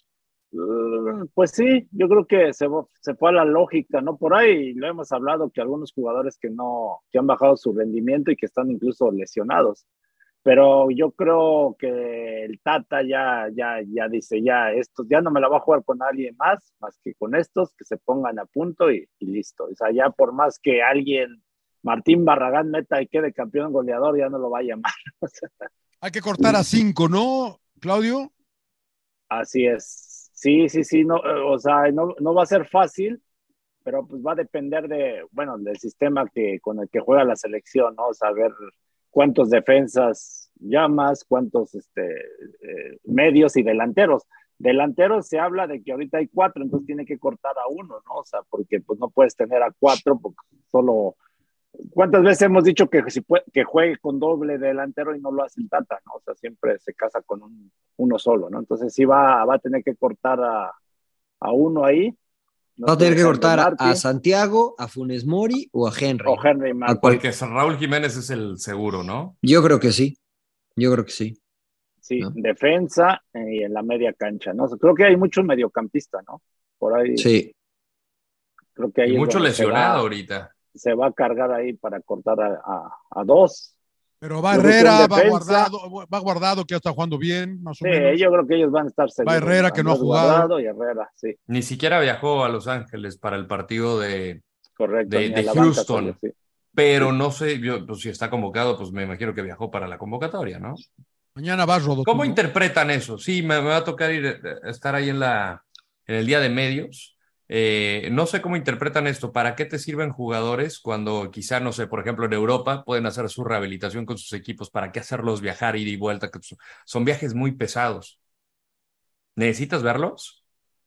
Pues sí, yo creo que se fue a la lógica, ¿no? Por ahí lo hemos hablado que algunos jugadores que han bajado su rendimiento y que están incluso lesionados. Pero yo creo que el Tata ya dice, estos ya no me la va a jugar con alguien más que con estos, que se pongan a punto y listo. O sea, ya por más que alguien, Martín Barragán, meta y quede campeón goleador, ya no lo va a llamar. Hay que cortar a 5, ¿no, Claudio? Así es. Sí, no, o sea, no va a ser fácil, pero pues va a depender del sistema con el que juega la selección, ¿no? Saber cuántos defensas llamas, cuántos medios y delanteros. Delanteros se habla de que ahorita hay 4, entonces tiene que cortar a 1, ¿no? O sea, porque pues no puedes tener a 4 porque solo... ¿Cuántas veces hemos dicho que juegue con doble delantero y no lo hace el Tata, ¿no? O sea, siempre se casa con uno solo, ¿no? Entonces sí va a tener que cortar a 1 ahí. Va a tener que cortar a Santiago, a Funes Mori o a Henry. O Henry Martin. Porque Raúl Jiménez es el seguro, ¿no? Yo creo que sí. Sí, ¿no? Defensa y en la media cancha, ¿no? O sea, creo que hay muchos mediocampistas, ¿no? Por ahí. Sí. Creo que hay mucho lesionado ahorita. Se va a cargar ahí para cortar a 2. Pero va Herrera, va Guardado, que ya está jugando bien, más o menos. Sí, yo creo que ellos van a estar seguros. Va Herrera, que no ha jugado. Guardado y Herrera, sí. Ni siquiera viajó a Los Ángeles para el partido de Houston. Banca, sí. Pero no sé, pues, si está convocado, pues me imagino que viajó para la convocatoria, ¿no? Mañana va Rodo. ¿Cómo ¿no? interpretan eso? Sí, me va a tocar estar ahí en el día de medios. No sé cómo interpretan esto. ¿Para qué te sirven jugadores cuando quizá, no sé, por ejemplo, en Europa pueden hacer su rehabilitación con sus equipos? ¿Para qué hacerlos viajar, ida y vuelta? Que son viajes muy pesados. ¿Necesitas verlos?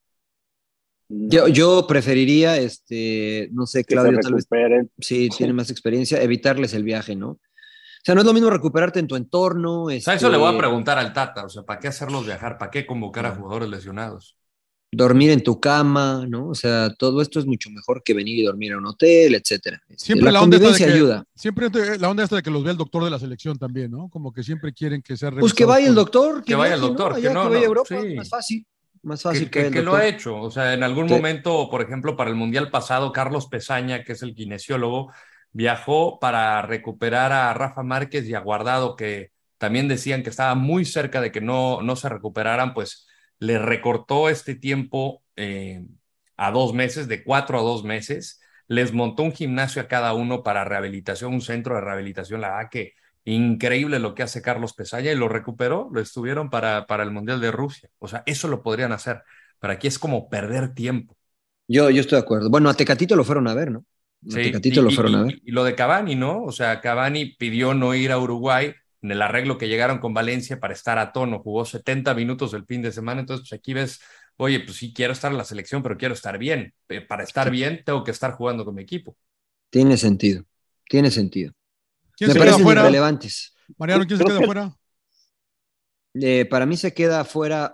Yo preferiría, no sé, Claudio, tal vez. Sí, tiene más experiencia, evitarles el viaje, ¿no? O sea, no es lo mismo recuperarte en tu entorno. O sea, eso le voy a preguntar al Tata. O sea, ¿para qué hacerlos viajar? ¿Para qué convocar a jugadores lesionados? Dormir en tu cama, ¿no? O sea, todo esto es mucho mejor que venir y dormir en un hotel, etcétera. Siempre la convivencia ayuda. Siempre la onda esta de que los vea el doctor de la selección también, ¿no? Como que siempre quieren que sea revisado. Pues que vaya el doctor. Que vaya el doctor. Que vaya a Europa, sí. Más fácil que lo ha hecho. O sea, en algún momento, por ejemplo, para el Mundial pasado, Carlos Pesaña, que es el kinesiólogo, viajó para recuperar a Rafa Márquez y a Guardado, que también decían que estaba muy cerca de que no se recuperaran, pues le recortó este tiempo a 2 meses, de 4 a 2 meses, les montó un gimnasio a cada uno para rehabilitación, un centro de rehabilitación, la verdad que increíble lo que hace Carlos Pesaña, y lo recuperó, lo estuvieron para el Mundial de Rusia. O sea, eso lo podrían hacer, pero aquí es como perder tiempo. Yo estoy de acuerdo. Bueno, a Tecatito lo fueron a ver, ¿no? Sí, y lo de Cavani, ¿no? O sea, Cavani pidió no ir a Uruguay en el arreglo que llegaron con Valencia para estar a tono, jugó 70 minutos el fin de semana, entonces pues aquí ves, oye, pues sí quiero estar en la selección, pero quiero estar bien. Para estar bien tengo que estar jugando con mi equipo. Tiene sentido. ¿Quién Me se parecen queda fuera? irrelevantes. Mariano, ¿quién se queda fuera? Para mí se queda fuera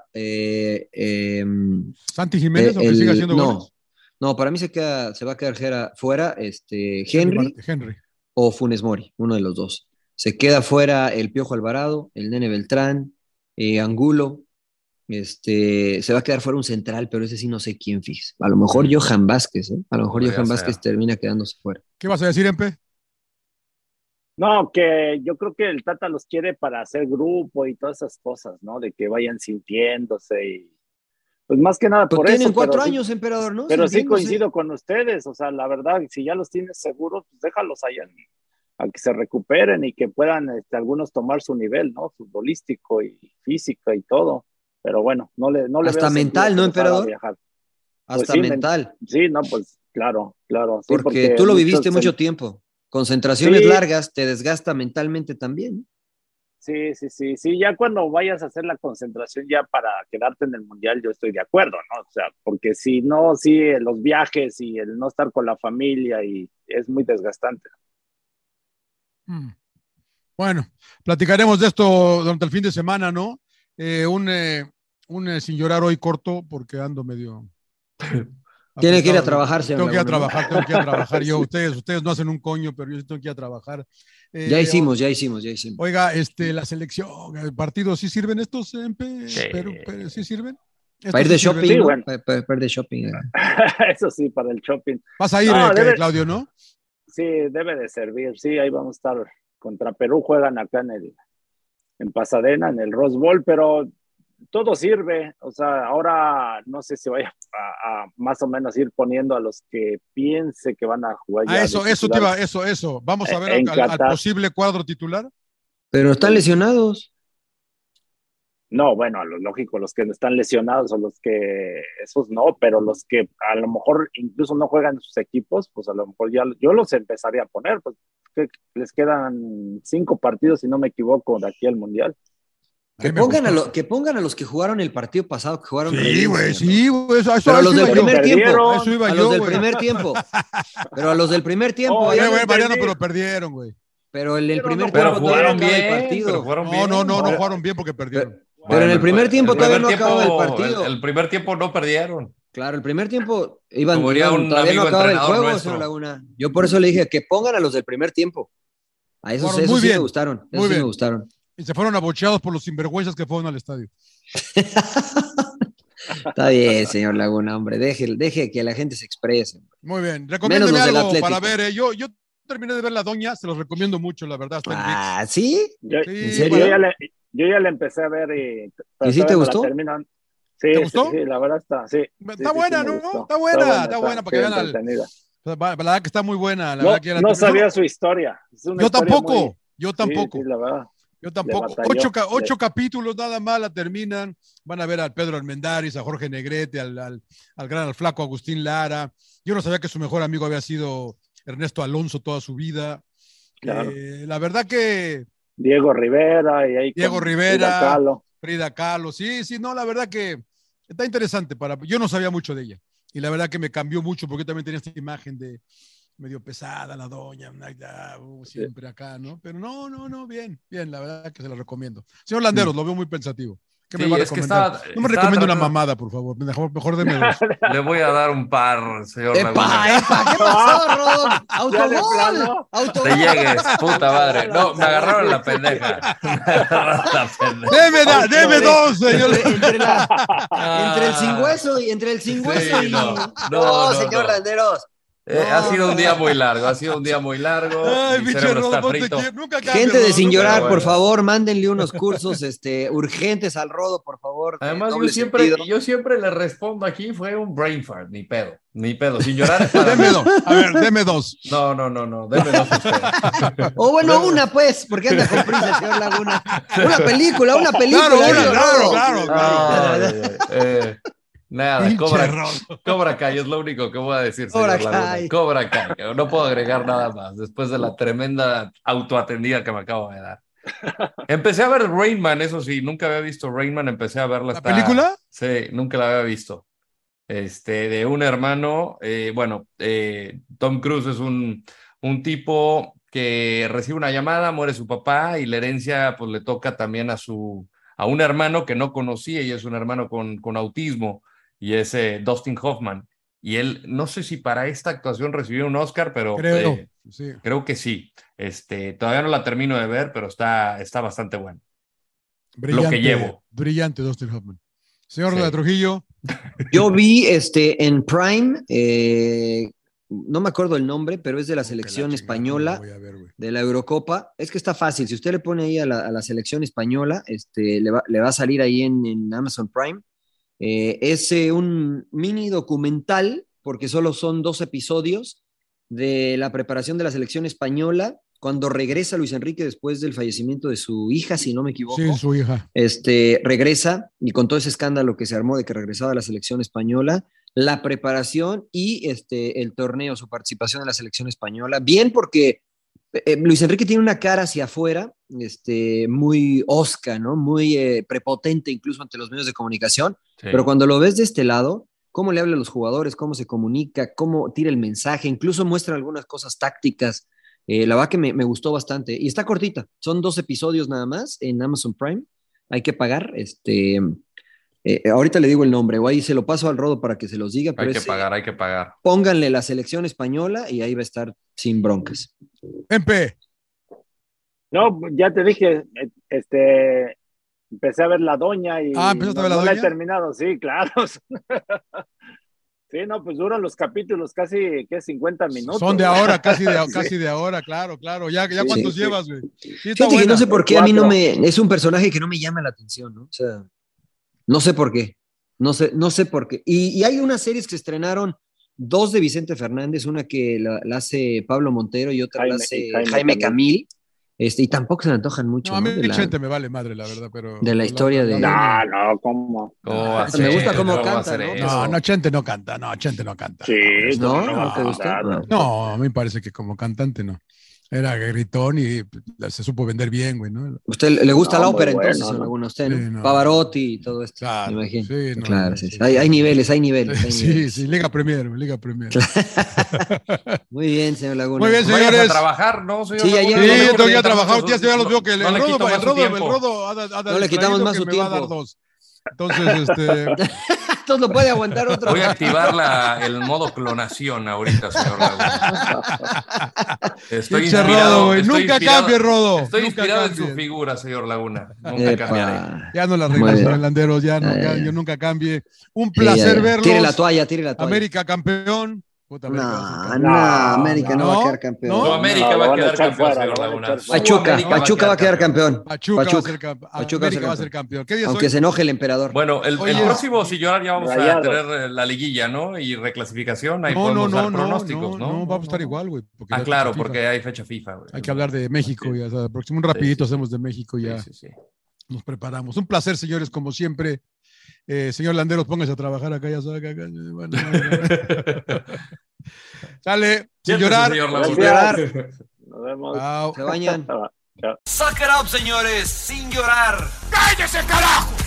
¿Santi Jiménez o que siga haciendo goles? No, para mí se va a quedar fuera Henry o Funes Mori, uno de los dos. Se queda fuera el Piojo Alvarado, el Nene Beltrán, Angulo. Se va a quedar fuera un central, pero ese sí no sé quién, fíjese. A lo mejor Johan Vázquez, ¿eh? A lo mejor Johan Vázquez termina quedándose fuera. ¿Qué vas a decir, Empe? No, que yo creo que el Tata los quiere para hacer grupo y todas esas cosas, ¿no? De que vayan sintiéndose y pues más que nada pues por eso. Tienen 4 años, emperador, ¿no? Pero sí coincido con ustedes, o sea, la verdad, si ya los tienes seguros, pues déjalos allá a que se recuperen y que puedan algunos tomar su nivel, ¿no? Futbolístico y físico y todo. Pero bueno, no le hasta mental, ¿no, emperador? Hasta pues mental. Sí, no, pues claro. Sí, porque tú lo viviste mucho tiempo. Concentraciones largas te desgasta mentalmente también. Sí, ya cuando vayas a hacer la concentración ya para quedarte en el Mundial, yo estoy de acuerdo, ¿no? O sea, porque si no, sí, los viajes y el no estar con la familia y es muy desgastante. Bueno, platicaremos de esto durante el fin de semana, ¿no? Un sin llorar hoy corto porque ando medio... Tiene que ir a trabajar, señor. Tengo que ir a trabajar. Yo, ustedes no hacen un coño, pero yo sí tengo que ir a trabajar. Ya hicimos. Oiga, la selección, el partido, ¿sí sirven estos, Empe? Sí. Pero ¿sí sirven? Para ir de shopping, sí, ¿no? bueno. Para ir de shopping. Eso sí, para el shopping. Vas a ir, Claudio, ¿no? Sí, debe de servir. Sí, ahí vamos a estar contra Perú. Juegan acá en Pasadena, en el Rose Bowl, pero todo sirve. O sea, ahora no sé si vaya a más o menos ir poniendo a los que piense que van a jugar. Eso. Vamos a ver al posible cuadro titular. Pero están lesionados. No, bueno, a lo lógico, los que están lesionados o los que, esos no, pero los que a lo mejor incluso no juegan en sus equipos, pues a lo mejor ya yo los empezaría a poner, pues que les quedan 5 partidos, si no me equivoco, de aquí al Mundial. Que pongan a los que jugaron el partido pasado, que jugaron. Sí, güey. Pero a los del primer tiempo. Eso iba a yo, los del güey. primer tiempo. Pero a los del primer tiempo. Mariano, pero perdieron, güey. Pero en el primer pero tiempo jugaron todavía no acaba bien, el partido. pero jugaron bien. No jugaron bien porque perdieron. Pero en el primer tiempo todavía no acababa el partido. partido. El primer tiempo no perdieron. Claro, el primer tiempo Como diría un todavía no amigo acababa el entrenador juego, nuestro. señor Laguna. Yo por eso le dije que pongan a los del primer tiempo. A esos Muy sí bien. me gustaron. Muy Esos sí bien. me gustaron. Y se fueron abucheados por los sinvergüenzas que fueron al estadio. Está bien, señor Laguna, hombre. Deje que la gente se exprese. Muy bien. Menos Recomiéndeme los del algo Atlético. para ver. Yo terminé de ver La Doña, se los recomiendo mucho, la verdad. Está en ViX. Ah, ¿sí? ¿En serio? Yo ya le empecé a ver ¿Y sí te gustó? Sí, ¿Te gustó? Sí, la verdad está, sí. Está buena, ¿no? Está buena, para que vean entretenida. La verdad que está muy buena. La No, verdad que no sabía su historia. Yo tampoco. Sí, la verdad. Yo tampoco. Le batalló. 8 capítulos nada más la terminan. Van a ver al Pedro Armendáriz, a Jorge Negrete, al flaco Agustín Lara. Yo no sabía que su mejor amigo había sido Ernesto Alonso toda su vida. Claro. La verdad que Diego Rivera y ahí Diego Rivera, Frida Kahlo. Sí, no, la verdad que está interesante. Yo no sabía mucho de ella. Y la verdad que me cambió mucho porque también tenía esta imagen de medio pesada, la doña, siempre acá, ¿no? Pero no, bien, la verdad que se la recomiendo. Señor Landeros, lo veo muy pensativo. ¿Qué me va a recomendar? No me recomiendo una mamada, por favor. Mejor deme 2. Le voy a dar un par, señor ¡Epa! ¿Qué pasó, Rodón? ¡Autogol! Te llegues, puta madre. No, me agarraron la pendeja. Deme 2, señor. Entre el sin hueso y señor Landeros. Ha sido un día muy largo, Ay, Mi cerebro está Rodo, frito. nunca cambies, Gente de Rodo, Sin nunca Llorar, cambies. por favor, mándenle unos cursos urgentes al Rodo, por favor. Además, doble yo siempre le respondo aquí, fue un brain fart, ni pedo. Sin llorar es para Deme 2. A ver, deme 2. No, deme 2 usted. O bueno, una pues, porque anda con prisa el señor Laguna. Una película. Claro. Nada, Pinche Cobra Kai es lo único que voy a decir, Cobra señor Laguna. Kai. Cobra Kai. No puedo agregar nada más después de la tremenda autoatendida que me acabo de dar. Empecé a ver Rain Man, eso sí, nunca había visto Rain Man, empecé a verla. ¿La película? Sí, nunca la había visto. De un hermano, Tom Cruise es un tipo que recibe una llamada, muere su papá y la herencia pues le toca también a un hermano que no conocía y es un hermano con autismo y es Dustin Hoffman. Y él, no sé si para esta actuación recibió un Oscar, pero creo que sí. Todavía no la termino de ver, pero está bastante bueno. Brillante, lo que llevo. Brillante, Dustin Hoffman. Señor de Trujillo. Yo vi en Prime, no me acuerdo el nombre, pero es de la selección española, de la Eurocopa. Es que está fácil, si usted le pone ahí a la selección española, le va a salir ahí en Amazon Prime. Es un mini documental, porque solo son 2 episodios de la preparación de la selección española cuando regresa Luis Enrique después del fallecimiento de su hija, si no me equivoco. Sí, su hija. Regresa y con todo ese escándalo que se armó de que regresaba a la selección española, la preparación y el torneo, su participación en la selección española. Bien, porque Luis Enrique tiene una cara hacia afuera, muy hosca, ¿no? Muy prepotente incluso ante los medios de comunicación, sí. Pero cuando lo ves de este lado, cómo le habla a los jugadores, cómo se comunica, cómo tira el mensaje, incluso muestra algunas cosas tácticas. La verdad que me gustó bastante. Y está cortita, son 2 episodios nada más en Amazon Prime. Hay que pagar. Ahorita le digo el nombre, o ahí se lo paso al Rodo para que se los diga. Pero hay que pagar. Pónganle la selección española y ahí va a estar sin broncas. Empe. No, ya te dije, empecé a ver La Doña y ¿empezaste a ver La no la he Doña? terminado, sí, claro. Sí, no, pues duran los capítulos casi, ¿qué? 50 minutos. Son de ahora, casi Sí. de ahora, claro. ¿Ya Sí, cuántos sí. llevas, güey? Sí, está Fíjate que buena. no sé por qué a mí no 4. es un personaje que no me llama la atención, ¿no? O sea, no sé por qué. No sé por qué. Y hay unas series que se estrenaron, 2 de Vicente Fernández, una que la hace Pablo Montero y otra la hace Jaime Camil. Y tampoco se me antojan mucho, No, a ¿no? mí Chente me vale madre, la verdad, pero... de la historia de... No, ¿cómo? Me gusta cómo canta, ¿no? No, Chente no canta, Chente no canta. Sí, ¿No? ¿cómo ¿No te gusta? No. No, a mí me parece que como cantante no. Era gritón y se supo vender bien, güey, ¿no? ¿Usted le gusta No, la muy ópera bueno, entonces, ¿no? Alguno a usted, ¿no? Sí, no. Pavarotti y todo esto, Claro, me imagino. sí, no, Claro, no, sí. sí. Hay niveles. Sí, niveles. Liga Premier. Muy bien, señor Laguna. Muy bien, Vayas señores. a trabajar, ¿no, señor? Sí, ya Laguna? lleva. Sí, No, tengo que no, trabajar. Ya los veo que el no le quito más su tiempo. Rodo anda No le quitamos distraído más que su me va a dar tiempo. 2. Entonces, Entonces lo puede aguantar otra Voy a vez. activar el modo clonación ahorita, señor Laguna. Estoy pinche inspirado. Rodo, güey. estoy Nunca inspirado- cambie, Rodo. Estoy Nunca inspirado en cambies. su figura, señor Laguna. Nunca Epa. cambiaré. Ya no la Muy arreglo, bien. señor Landeros. Ya no, Ya. yo nunca cambie. Un Sí, placer ya. verlos. Tire la toalla. América campeón. Puta, América va a ser No, campeón. América no va a ¿No? quedar campeón. ¿No? Su América No, va lo a van a quedar echar campeón, fuera, señor lo van a Laguna. echar Su fuera. América Pachuca va a quedar campeón. Pachuca va a ser campeón. ¿Qué día es Aunque hoy? se enoje el emperador. Bueno, el Oye, próximo, si llorar, ya vamos a Rayados. tener la liguilla, ¿no? Y reclasificación. Ahí No, podemos dar pronósticos, ¿no? vamos a estar igual, güey. porque ya Ah, es claro, fecha FIFA. porque hay fecha FIFA, güey. Hay que hablar de México. Sí. Ya, o sea, próximo, un rapidito Sí, sí. hacemos de México y ya Sí. nos preparamos. Un placer, señores, como siempre. Señor Landeros, póngase a trabajar acá, ya sabe que acá. Bueno. Sale, sin Siéntese, llorar. señor Laguna. Sin llorar. Nos vemos. Chao. Se bañan. Suck it up, señores, sin llorar. ¡Cállese, carajo!